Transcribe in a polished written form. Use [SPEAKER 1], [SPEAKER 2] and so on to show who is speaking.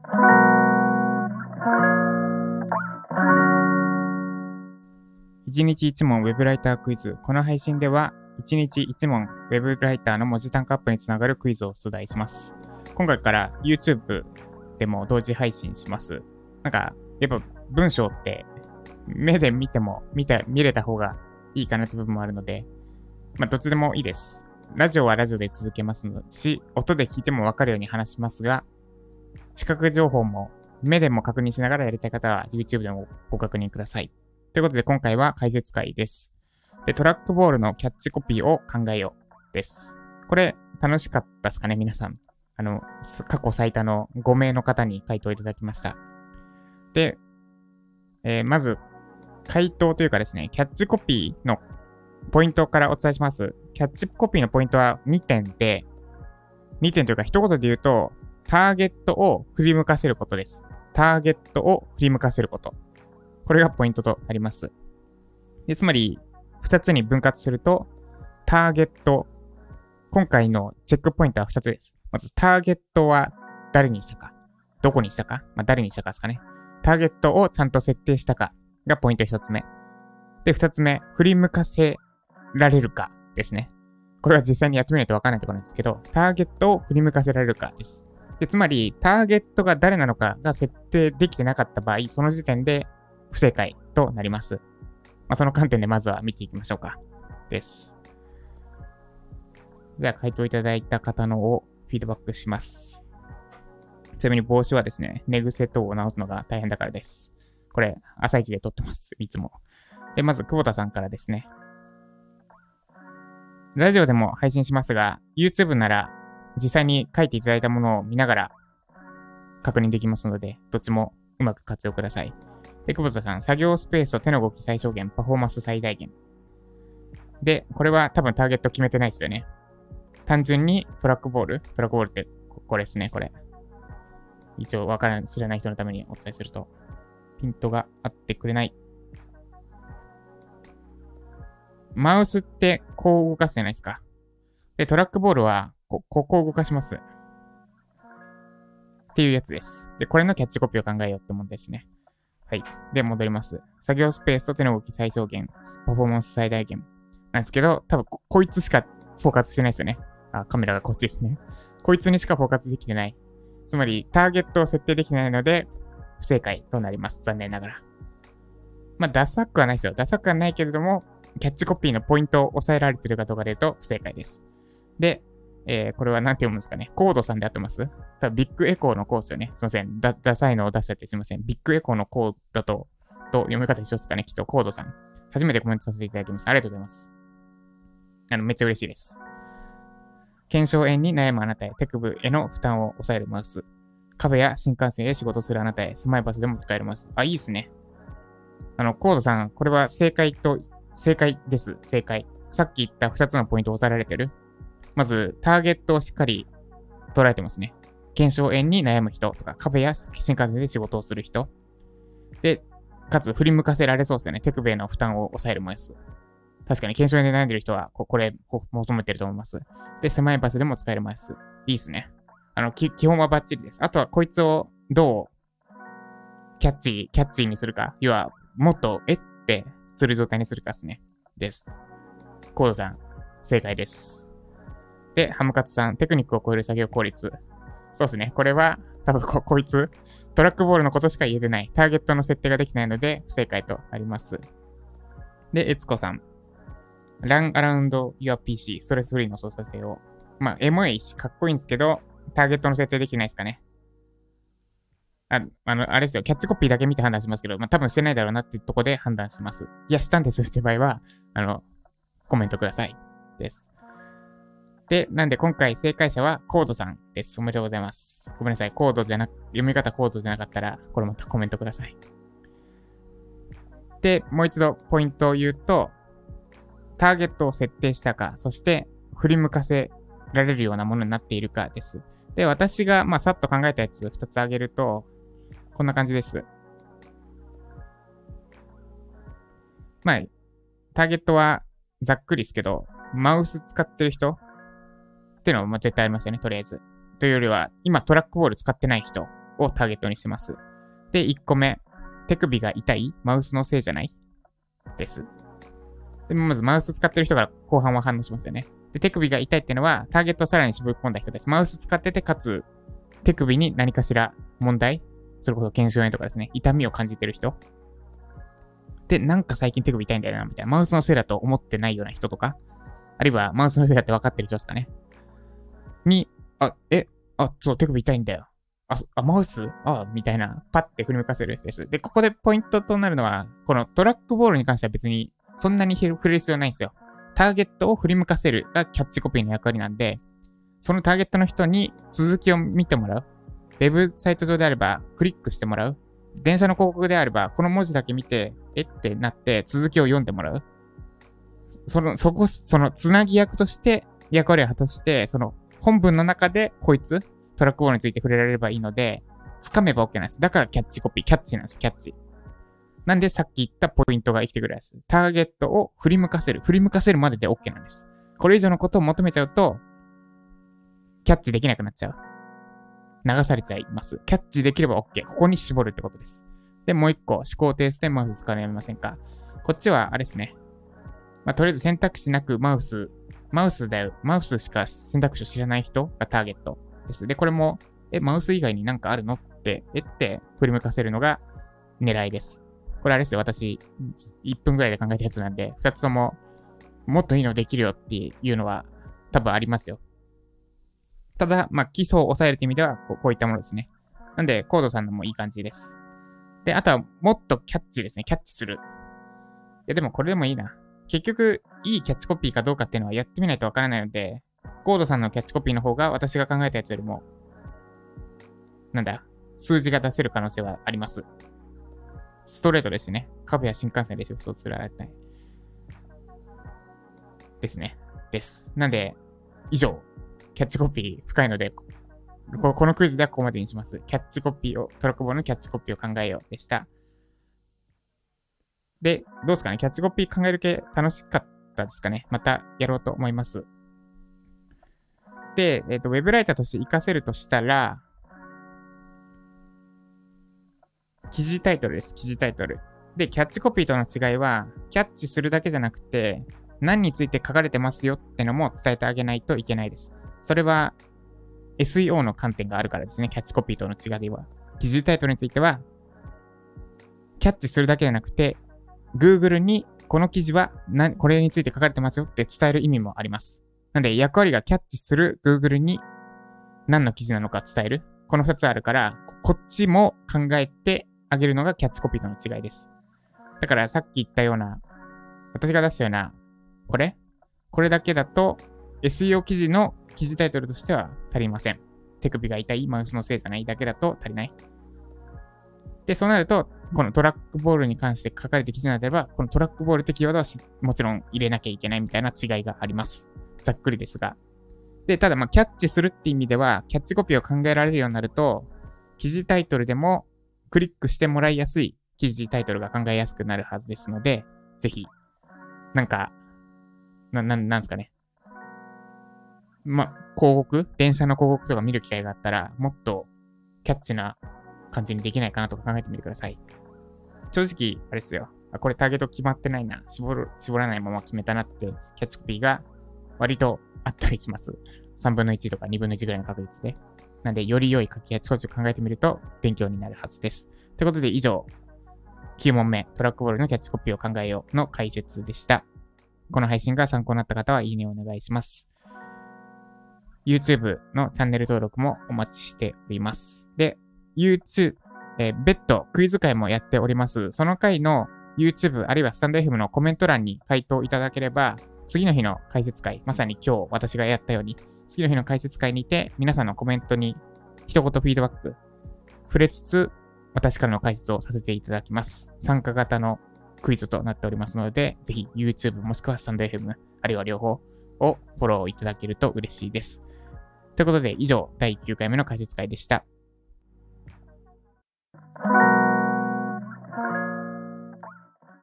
[SPEAKER 1] 1日1問ウェブライタークイズ。この配信では1日1問ウェブライターの文字単価アップにつながるクイズを出題します。今回から YouTube でも同時配信します。なんかやっぱ文章って目で見ても見れた方がいいかなという部分もあるので、どっちでもいいです。ラジオはラジオで続けますし、音で聞いても分かるように話しますが、視覚情報も目でも確認しながらやりたい方は YouTube でもご確認ください。ということで今回は解説会です。で、トラックボールのキャッチコピーを考えようです。これ楽しかったですかね、皆さん。過去最多の5名の方に回答いただきました。で、まず回答というかですね、キャッチコピーのポイントからお伝えします。キャッチコピーのポイントは2点で、2点というか一言で言うと、ターゲットを振り向かせることです。ターゲットを振り向かせること。これがポイントとなります。で、つまり、2つに分割すると、ターゲット。今回のチェックポイントは2つです。まず、ターゲットは誰にしたか。どこにしたか。誰にしたかですかね。ターゲットをちゃんと設定したかがポイント1つ目。で、2つ目、振り向かせられるかですね。これは実際にやってみないと分からないところなんですけど、ターゲットを振り向かせられるかです。で、つまり、ターゲットが誰なのかが設定できてなかった場合、その時点で不正解となります。その観点でまずは見ていきましょうか。です。じゃあ、回答いただいた方のをフィードバックします。ちなみに帽子はですね、寝癖等を直すのが大変だからです。これ、朝一で撮ってます。いつも。で、まず、久保田さんからですね。ラジオでも配信しますが、YouTube なら実際に書いていただいたものを見ながら確認できますので、どっちもうまく活用ください。で、久保田さん、作業スペースと手の動き最小限、パフォーマンス最大限。で、これは多分ターゲット決めてないですよね。単純にトラックボールってこれですね、これ。一応知らない人のためにお伝えすると、ピントが合ってくれない。マウスってこう動かすじゃないですか。で、トラックボールはこう動かします。っていうやつです。で、これのキャッチコピーを考えようってもんですね。はい。で、戻ります。作業スペースと手の動き最小限、パフォーマンス最大限。なんですけど、多分こいつしかフォーカスしてないですよね。カメラがこっちですね。こいつにしかフォーカスできてない。つまり、ターゲットを設定できないので、不正解となります。残念ながら。ダサくはないですよ。ダサくはないけれども、キャッチコピーのポイントを抑えられているかどうかで言うと不正解です。で、これは何て読むんですかね。コードさんで合ってます？多分ビッグエコーのコーですよね。すいません。ダサいのを出しちゃってすいません。ビッグエコーのコーだと読み方一緒ですかね。きっとコードさん。初めてコメントさせていただきます。ありがとうございます。めっちゃ嬉しいです。腱鞘炎に悩むあなたへ、手首への負担を抑えるマウス。壁や新幹線へ仕事するあなたへ、狭い場所でも使えるマウス。いいっすね。コードさん、これは正解です。正解。さっき言った2つのポイントを押さえられてる。まず、ターゲットをしっかり捉えてますね。腱鞘炎に悩む人とか、壁や新幹線で仕事をする人。で、かつ振り向かせられそうですよね。手首への負担を抑えるマウス。確かに、腱鞘炎で悩んでる人は、これ、求めてると思います。で、狭い場所でも使えるマウス。いいっすね。基本はバッチリです。あとは、こいつをどうキャッチーにするか。要は、もっと、ってする状態にするかですね。です。コードさん、正解です。で、ハムカツさん、テクニックを超える作業効率。そうですね。これは、多分こいつ、トラックボールのことしか言えてない。ターゲットの設定ができないので、不正解となります。で、エツコさん、Run around your PC、ストレスフリーの操作性を。エモいし、かっこいいんですけど、ターゲットの設定できないですかね。あれですよ。キャッチコピーだけ見て判断しますけど、多分してないだろうなっていうとこで判断します。いや、したんですって場合は、コメントください。です。で、なんで今回正解者はコードさんです。おめでとうございます。ごめんなさい。読み方コードじゃなかったら、これまたコメントください。で、もう一度ポイントを言うと、ターゲットを設定したか、そして振り向かせられるようなものになっているかです。で、私が、さっと考えたやつ2つ挙げると、こんな感じです。ターゲットはざっくりですけど、マウス使ってる人っていうのは絶対ありますよね、とりあえず。というよりは、今トラックボール使ってない人をターゲットにしてます。で、1個目、手首が痛い？マウスのせいじゃない？です。で、まずマウス使ってる人から後半は反応しますよね。で、手首が痛いっていうのは、ターゲットをさらに絞り込んだ人です。マウス使ってて、かつ、手首に何かしら問題、それこそ腱鞘炎とかですね、痛みを感じてる人。で、なんか最近手首痛いんだよな、みたいな。マウスのせいだと思ってないような人とか、あるいはマウスのせいだって分かってる人ですかね。に、そう、手首痛いんだよ。マウスみたいな、パッて振り向かせるです。で、ここでポイントとなるのは、このトラックボールに関しては別にそんなに振る必要ないんですよ。ターゲットを振り向かせるがキャッチコピーの役割なんで、そのターゲットの人に続きを見てもらう。ウェブサイト上であればクリックしてもらう。電車の広告であれば、この文字だけ見て、ってなって続きを読んでもらう。そのつなぎ役として役割を果たして、その本文の中でこいつ、トラックボールについて触れられればいいので、掴めば OK なんです。だからキャッチコピー、キャッチなんですよ、キャッチ。なんでさっき言ったポイントが生きてくるんです。ターゲットを振り向かせるまでで OK なんです。これ以上のことを求めちゃうと、キャッチできなくなっちゃう。流されちゃいます。キャッチできれば OK。ここに絞るってことです。で、もう一個、思考停止でマウス使うのやめませんか？こっちは、あれですね。とりあえず選択肢なくマウスだよ。マウスしか選択肢を知らない人がターゲットです。で、これも、マウス以外になんかあるのって振り向かせるのが狙いです。これあれですよ。私、1分ぐらいで考えたやつなんで、2つとも、もっといいのできるよっていうのは多分ありますよ。ただ、基礎を抑えるという意味ではこういったものですね。なんで、コードさんのもいい感じです。で、あとは、もっとキャッチですね。キャッチする。いや、でもこれでもいいな。結局、いいキャッチコピーかどうかっていうのはやってみないとわからないので、コードさんのキャッチコピーの方が私が考えたやつよりも、数字が出せる可能性はあります。ストレートですしね。株や新幹線でしょ、そうすられない。ですね。です。なんで、以上、キャッチコピー深いので、このクイズではここまでにします。キャッチコピートラックボールのキャッチコピーを考えようでした。で、どうですかね？キャッチコピー考える系楽しかったですかね？またやろうと思います。で、ウェブライターとして活かせるとしたら、記事タイトルです。記事タイトル。で、キャッチコピーとの違いは、キャッチするだけじゃなくて、何について書かれてますよってのも伝えてあげないといけないです。それは、SEO の観点があるからですね。キャッチコピーとの違いでは。記事タイトルについては、キャッチするだけじゃなくて、Google にこの記事はこれについて書かれてますよって伝える意味もあります。なんで、役割がキャッチする Google に何の記事なのか伝える。この2つあるから、こっちも考えてあげるのがキャッチコピーとの違いです。だからさっき言ったような、私が出したような、これだけだと SEO 記事の記事タイトルとしては足りません。手首が痛い、マウスのせいじゃないだけだと足りない。で、そうなると、このトラックボールに関して書かれて記事なのであれば、このトラックボールってキーワードはもちろん入れなきゃいけないみたいな違いがあります。ざっくりですが。で、ただキャッチするって意味では、キャッチコピーを考えられるようになると、記事タイトルでもクリックしてもらいやすい記事タイトルが考えやすくなるはずですので、ぜひ、なんですかね。広告、電車の広告とか見る機会があったら、もっとキャッチな感じにできないかなとか考えてみてください。正直、あれですよ。これターゲット決まってないな。絞らないまま決めたなって、キャッチコピーが割とあったりします。3分の1とか2分の1ぐらいの確率で。なんで、より良い書きキャッチコピーを考えてみると勉強になるはずです。ということで、以上、9問目、トラックボールのキャッチコピーを考えようの解説でした。この配信が参考になった方は、いいねをお願いします。YouTube のチャンネル登録もお待ちしております。で、YouTube、別途クイズ会もやっております。その回の YouTube あるいはスタンド FM のコメント欄に回答いただければ、次の日の解説会、まさに今日私がやったように、次の日の解説会にて皆さんのコメントに一言フィードバック触れつつ、私からの解説をさせていただきます。参加型のクイズとなっておりますので、ぜひ YouTube もしくはスタンド FM、あるいは両方をフォローいただけると嬉しいです。ということで以上、第9回目の解説会でした。